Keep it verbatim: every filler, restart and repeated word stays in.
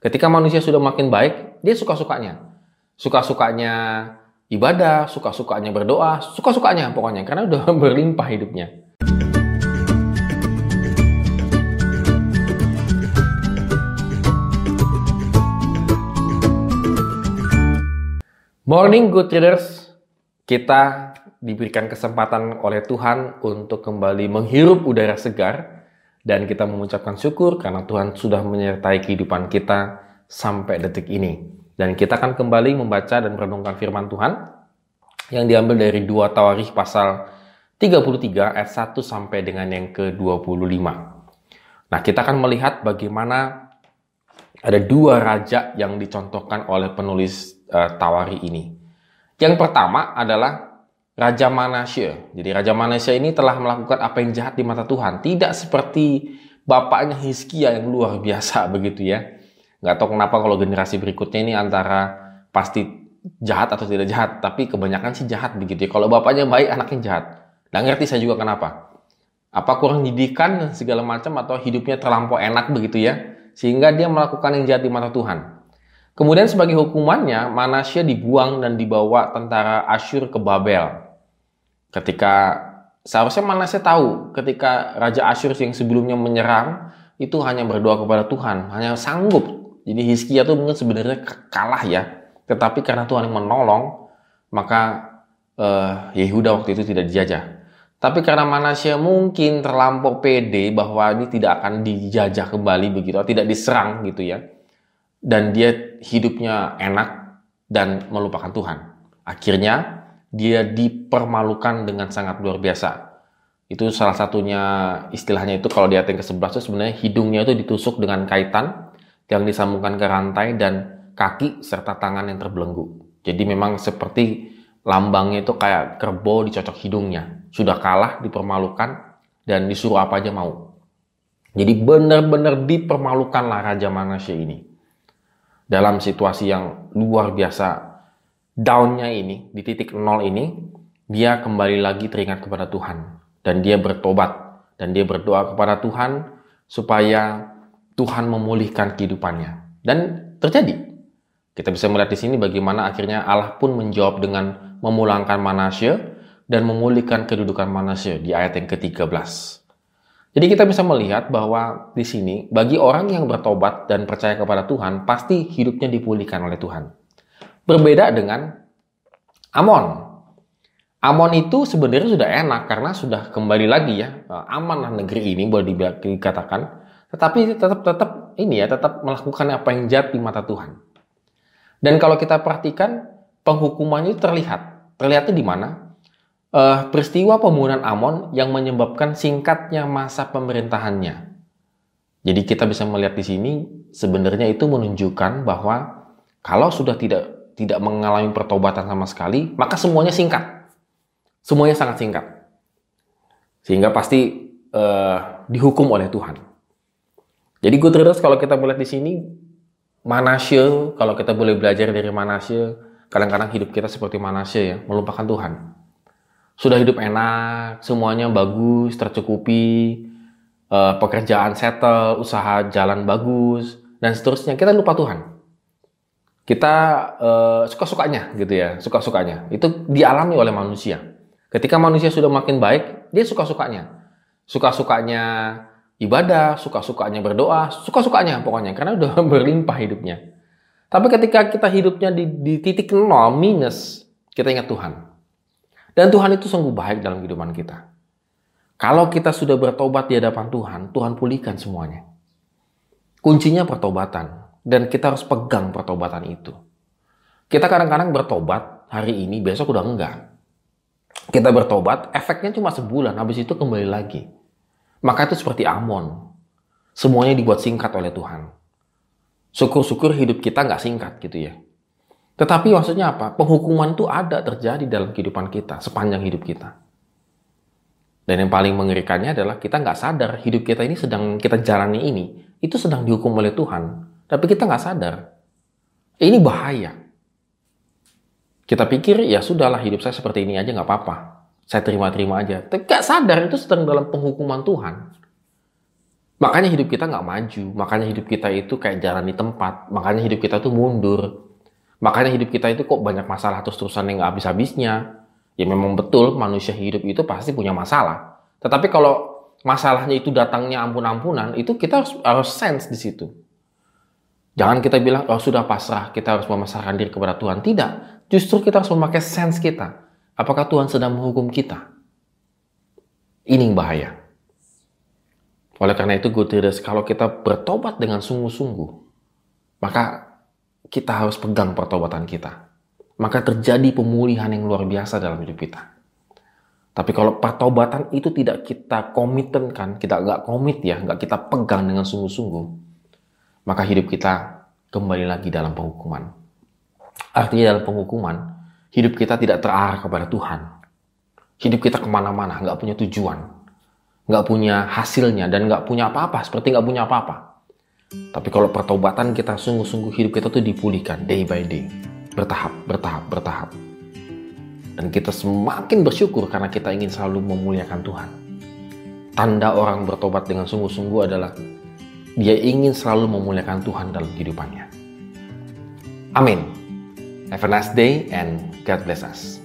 Ketika manusia sudah makin baik, dia suka-sukanya. Suka-sukanya ibadah, suka-sukanya berdoa, suka-sukanya pokoknya. Karena udah berlimpah hidupnya. Morning Good Traders, kita diberikan kesempatan oleh Tuhan untuk kembali menghirup udara segar dan kita mengucapkan syukur karena Tuhan sudah menyertai kehidupan kita sampai detik ini. Dan kita akan kembali membaca dan merenungkan firman Tuhan yang diambil dari dua Tawarikh pasal tiga puluh tiga ayat satu sampai dengan yang ke dua puluh lima. Nah, kita akan melihat bagaimana ada dua raja yang dicontohkan oleh penulis uh, Tawarikh ini. Yang pertama adalah Raja Manasye. Jadi Raja Manasye ini telah melakukan apa yang jahat di mata Tuhan. Tidak seperti bapaknya Hizkia yang luar biasa begitu ya. Nggak tahu kenapa kalau generasi berikutnya ini antara pasti jahat atau tidak jahat. Tapi kebanyakan sih jahat begitu ya. Kalau bapaknya baik, anaknya jahat. Nggak ngerti saya juga kenapa. Apa kurang didikan dan segala macam atau hidupnya terlampau enak begitu ya. Sehingga dia melakukan yang jahat di mata Tuhan. Kemudian sebagai hukumannya, Manasye dibuang dan dibawa tentara Asyur ke Babel. Ketika seharusnya Manasye tahu ketika Raja Asyur yang sebelumnya menyerang itu hanya berdoa kepada Tuhan, hanya sanggup. Jadi Hizkia itu mungkin sebenarnya kalah ya, tetapi karena Tuhan yang menolong, maka uh, Yehuda waktu itu tidak dijajah. Tapi karena Manasye mungkin terlampau pede bahwa ini tidak akan dijajah kembali begitu, tidak diserang gitu ya, dan dia hidupnya enak dan melupakan Tuhan. Akhirnya dia dipermalukan dengan sangat luar biasa. Itu salah satunya istilahnya itu kalau di ayat yang ke sebelas itu sebenarnya hidungnya itu ditusuk dengan kaitan yang disambungkan ke rantai dan kaki serta tangan yang terbelenggu. Jadi memang seperti lambangnya itu kayak kerbau dicocok hidungnya. Sudah kalah, dipermalukan dan disuruh apa aja mau. Jadi benar-benar dipermalukanlah Raja Manasye ini. Dalam situasi yang luar biasa down-nya ini, di titik nol ini, dia kembali lagi teringat kepada Tuhan. Dan dia bertobat. Dan dia berdoa kepada Tuhan supaya Tuhan memulihkan kehidupannya. Dan terjadi. Kita bisa melihat di sini bagaimana akhirnya Allah pun menjawab dengan memulangkan Manasye dan memulihkan kedudukan Manasye di ayat yang ke tiga belas. Jadi kita bisa melihat bahwa di sini bagi orang yang bertobat dan percaya kepada Tuhan, pasti hidupnya dipulihkan oleh Tuhan. Berbeda dengan Amon. Amon itu sebenarnya sudah enak karena sudah kembali lagi ya, amanlah negeri ini boleh dikatakan. Tetapi tetap tetap ini ya, tetap melakukan apa yang jahat di mata Tuhan. Dan kalau kita perhatikan penghukumannya itu terlihat. Terlihatnya di mana? Uh, peristiwa pembunuhan Amon yang menyebabkan singkatnya masa pemerintahannya. Jadi kita bisa melihat di sini sebenarnya itu menunjukkan bahwa kalau sudah tidak tidak mengalami pertobatan sama sekali, maka semuanya singkat. Semuanya sangat singkat. Sehingga pasti uh, dihukum oleh Tuhan. Jadi good traders, kalau kita melihat di sini Manasye, kalau kita boleh belajar dari Manasye, kadang-kadang hidup kita seperti Manasye ya, melupakan Tuhan. Sudah hidup enak, semuanya bagus, tercukupi, uh, pekerjaan settle, usaha jalan bagus, dan seterusnya. Kita lupa Tuhan. Kita uh, suka-sukanya gitu ya, suka-sukanya. Itu dialami oleh manusia. Ketika manusia sudah makin baik, dia suka-sukanya. Suka-sukanya ibadah, suka-sukanya berdoa, suka-sukanya pokoknya. Karena udah berlimpah hidupnya. Tapi ketika kita hidupnya di, di titik nol, minus, kita ingat Tuhan. Dan Tuhan itu sungguh baik dalam kehidupan kita. Kalau kita sudah bertobat di hadapan Tuhan, Tuhan pulihkan semuanya. Kuncinya pertobatan. Dan kita harus pegang pertobatan itu. Kita kadang-kadang bertobat hari ini, besok udah enggak. Kita bertobat, efeknya cuma sebulan, habis itu kembali lagi. Maka itu seperti Amon. Semuanya dibuat singkat oleh Tuhan. Syukur-syukur hidup kita nggak singkat gitu ya. Tetapi maksudnya apa? Penghukuman itu ada terjadi dalam kehidupan kita, sepanjang hidup kita. Dan yang paling mengerikannya adalah kita nggak sadar hidup kita ini sedang kita jalani ini, itu sedang dihukum oleh Tuhan. Tapi kita nggak sadar. Ini bahaya. Kita pikir, ya sudahlah hidup saya seperti ini aja nggak apa-apa. Saya terima-terima aja. Tapi nggak sadar itu sedang dalam penghukuman Tuhan. Makanya hidup kita nggak maju, makanya hidup kita itu kayak jalan di tempat, makanya hidup kita tuh mundur. Makanya hidup kita itu kok banyak masalah terus-terusan yang nggak habis-habisnya. Ya memang betul manusia hidup itu pasti punya masalah. Tetapi kalau masalahnya itu datangnya ampun-ampunan, itu kita harus, harus sense di situ. Jangan kita bilang, oh sudah pasrah, kita harus memasrahkan diri kepada Tuhan. Tidak, justru kita harus memakai sense kita. Apakah Tuhan sedang menghukum kita? Ini yang bahaya. Oleh karena itu, good leaders, kalau kita bertobat dengan sungguh-sungguh, maka kita harus pegang pertobatan kita. Maka terjadi pemulihan yang luar biasa dalam hidup kita. Tapi kalau pertobatan itu tidak kita komitmenkan, kita nggak komit ya, nggak kita pegang dengan sungguh-sungguh, maka hidup kita kembali lagi dalam penghukuman. Artinya dalam penghukuman, hidup kita tidak terarah kepada Tuhan. Hidup kita kemana-mana, nggak punya tujuan, nggak punya hasilnya, dan nggak punya apa-apa, seperti nggak punya apa-apa. Tapi kalau pertobatan kita sungguh-sungguh, hidup kita tuh dipulihkan day by day, bertahap, bertahap, bertahap. Dan kita semakin bersyukur karena kita ingin selalu memuliakan Tuhan. Tanda orang bertobat dengan sungguh-sungguh adalah dia ingin selalu memuliakan Tuhan dalam kehidupannya. Amin. Have a nice day and God bless us.